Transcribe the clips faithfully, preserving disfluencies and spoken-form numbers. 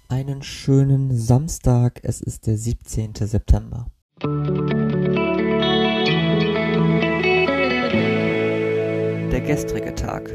Einen schönen Samstag, es ist der siebzehnte September. Der gestrige Tag.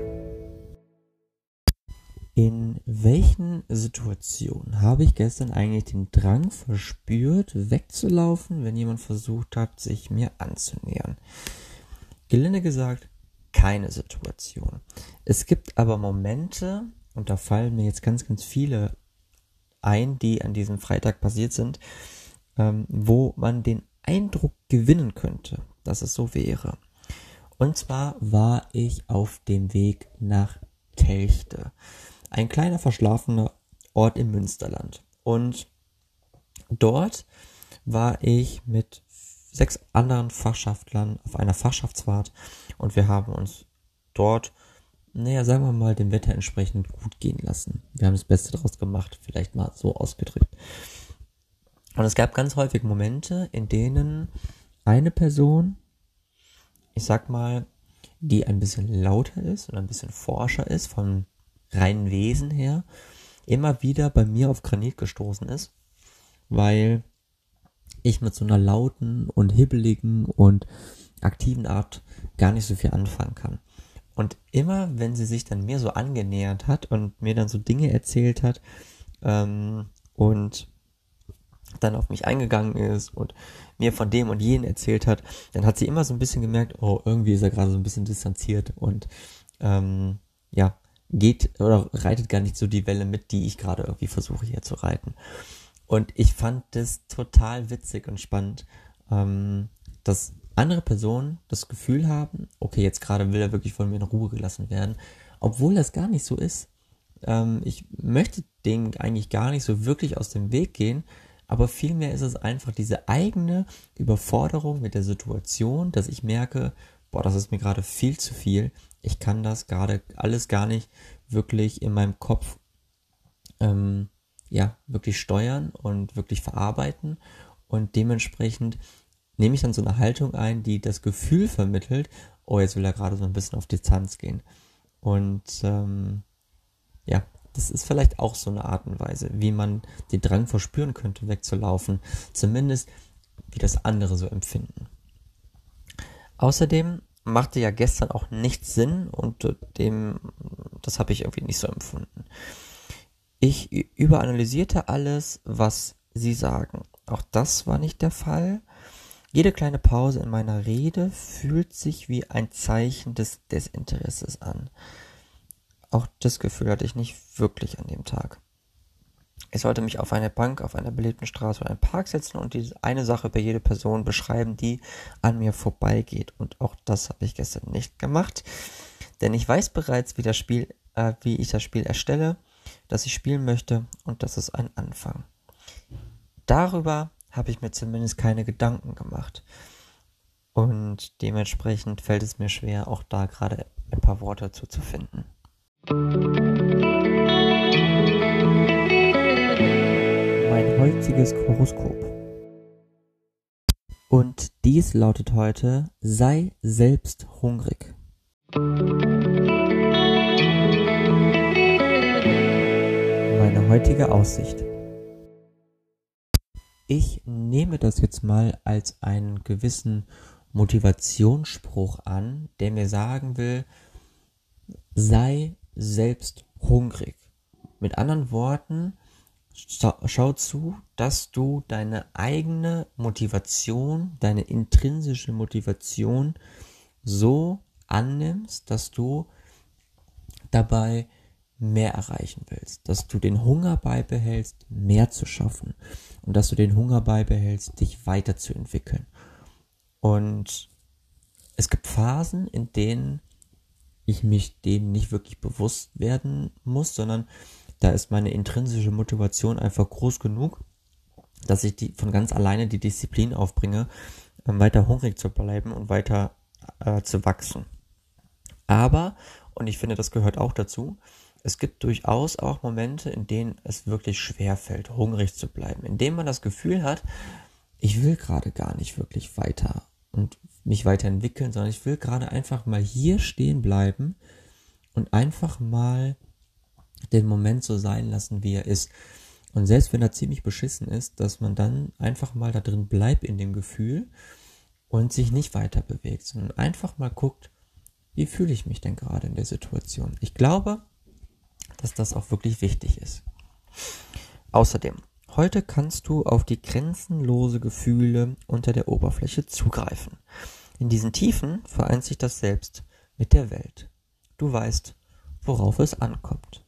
In welchen Situationen habe ich gestern eigentlich den Drang verspürt, wegzulaufen, wenn jemand versucht hat, sich mir anzunähern? Gelinde gesagt, keine Situation. Es gibt aber Momente, und da fallen mir jetzt ganz, ganz viele ein, die an diesem Freitag passiert sind, ähm, wo man den Eindruck gewinnen könnte, dass es so wäre. Und zwar war ich auf dem Weg nach Telchte, ein kleiner verschlafener Ort im Münsterland. Und dort war ich mit sechs anderen Fachschaftlern auf einer Fachschaftsfahrt und wir haben uns dort, naja, sagen wir mal, dem Wetter entsprechend gut gehen lassen. Wir haben das Beste daraus gemacht, vielleicht mal so ausgedrückt. Und es gab ganz häufig Momente, in denen eine Person, ich sag mal, die ein bisschen lauter ist und ein bisschen forscher ist, vom reinen Wesen her, immer wieder bei mir auf Granit gestoßen ist, weil ich mit so einer lauten und hibbeligen und aktiven Art gar nicht so viel anfangen kann. Und immer, wenn sie sich dann mir so angenähert hat und mir dann so Dinge erzählt hat ähm, und dann auf mich eingegangen ist und mir von dem und jenen erzählt hat, dann hat sie immer so ein bisschen gemerkt, oh, irgendwie ist er gerade so ein bisschen distanziert und ähm, ja, geht oder reitet gar nicht so die Welle mit, die ich gerade irgendwie versuche hier zu reiten. Und ich fand das total witzig und spannend, ähm, dass andere Personen das Gefühl haben, okay, jetzt gerade will er wirklich von mir in Ruhe gelassen werden, obwohl das gar nicht so ist. Ähm, ich möchte dem eigentlich gar nicht so wirklich aus dem Weg gehen, aber vielmehr ist es einfach diese eigene Überforderung mit der Situation, dass ich merke, boah, das ist mir gerade viel zu viel. Ich kann das gerade alles gar nicht wirklich in meinem Kopf ähm, ja, wirklich steuern und wirklich verarbeiten und dementsprechend nehme ich dann so eine Haltung ein, die das Gefühl vermittelt, oh, jetzt will er gerade so ein bisschen auf Distanz gehen. Und ähm, ja, das ist vielleicht auch so eine Art und Weise, wie man den Drang verspüren könnte, wegzulaufen. Zumindest, wie das andere so empfinden. Außerdem machte ja gestern auch nichts Sinn und dem, das habe ich irgendwie nicht so empfunden. Ich überanalysierte alles, was sie sagen. Auch das war nicht der Fall. Jede kleine Pause in meiner Rede fühlt sich wie ein Zeichen des Desinteresses an. Auch das Gefühl hatte ich nicht wirklich an dem Tag. Ich sollte mich auf eine Bank, auf einer belebten Straße oder einen Park setzen und diese eine Sache über jede Person beschreiben, die an mir vorbeigeht. Und auch das habe ich gestern nicht gemacht, denn ich weiß bereits, wie das Spiel, äh, wie ich das Spiel erstelle, das ich spielen möchte, und das ist ein Anfang. Darüber habe ich mir zumindest keine Gedanken gemacht. Und dementsprechend fällt es mir schwer, auch da gerade ein paar Worte dazu zu finden. Mein heutiges Horoskop. Und dies lautet heute: Sei selbst hungrig. Meine heutige Aussicht. Ich nehme das jetzt mal als einen gewissen Motivationsspruch an, der mir sagen will, sei selbst hungrig. Mit anderen Worten, schau, schau zu, dass du deine eigene Motivation, deine intrinsische Motivation so annimmst, dass du dabei mehr erreichen willst, dass du den Hunger beibehältst, mehr zu schaffen und dass du den Hunger beibehältst, dich weiterzuentwickeln. Und es gibt Phasen, in denen ich mich dem nicht wirklich bewusst werden muss, sondern da ist meine intrinsische Motivation einfach groß genug, dass ich die von ganz alleine die Disziplin aufbringe, weiter hungrig zu bleiben und weiter äh, zu wachsen. Aber, und ich finde, das gehört auch dazu, es gibt durchaus auch Momente, in denen es wirklich schwer fällt, hungrig zu bleiben, in denen man das Gefühl hat, ich will gerade gar nicht wirklich weiter und mich weiterentwickeln, sondern ich will gerade einfach mal hier stehen bleiben und einfach mal den Moment so sein lassen, wie er ist. Und selbst wenn er ziemlich beschissen ist, dass man dann einfach mal da drin bleibt in dem Gefühl und sich nicht weiter bewegt, sondern einfach mal guckt, wie fühle ich mich denn gerade in der Situation. Ich glaube, dass das auch wirklich wichtig ist. Außerdem, heute kannst du auf die grenzenlose Gefühle unter der Oberfläche zugreifen. In diesen Tiefen vereint sich das Selbst mit der Welt. Du weißt, worauf es ankommt.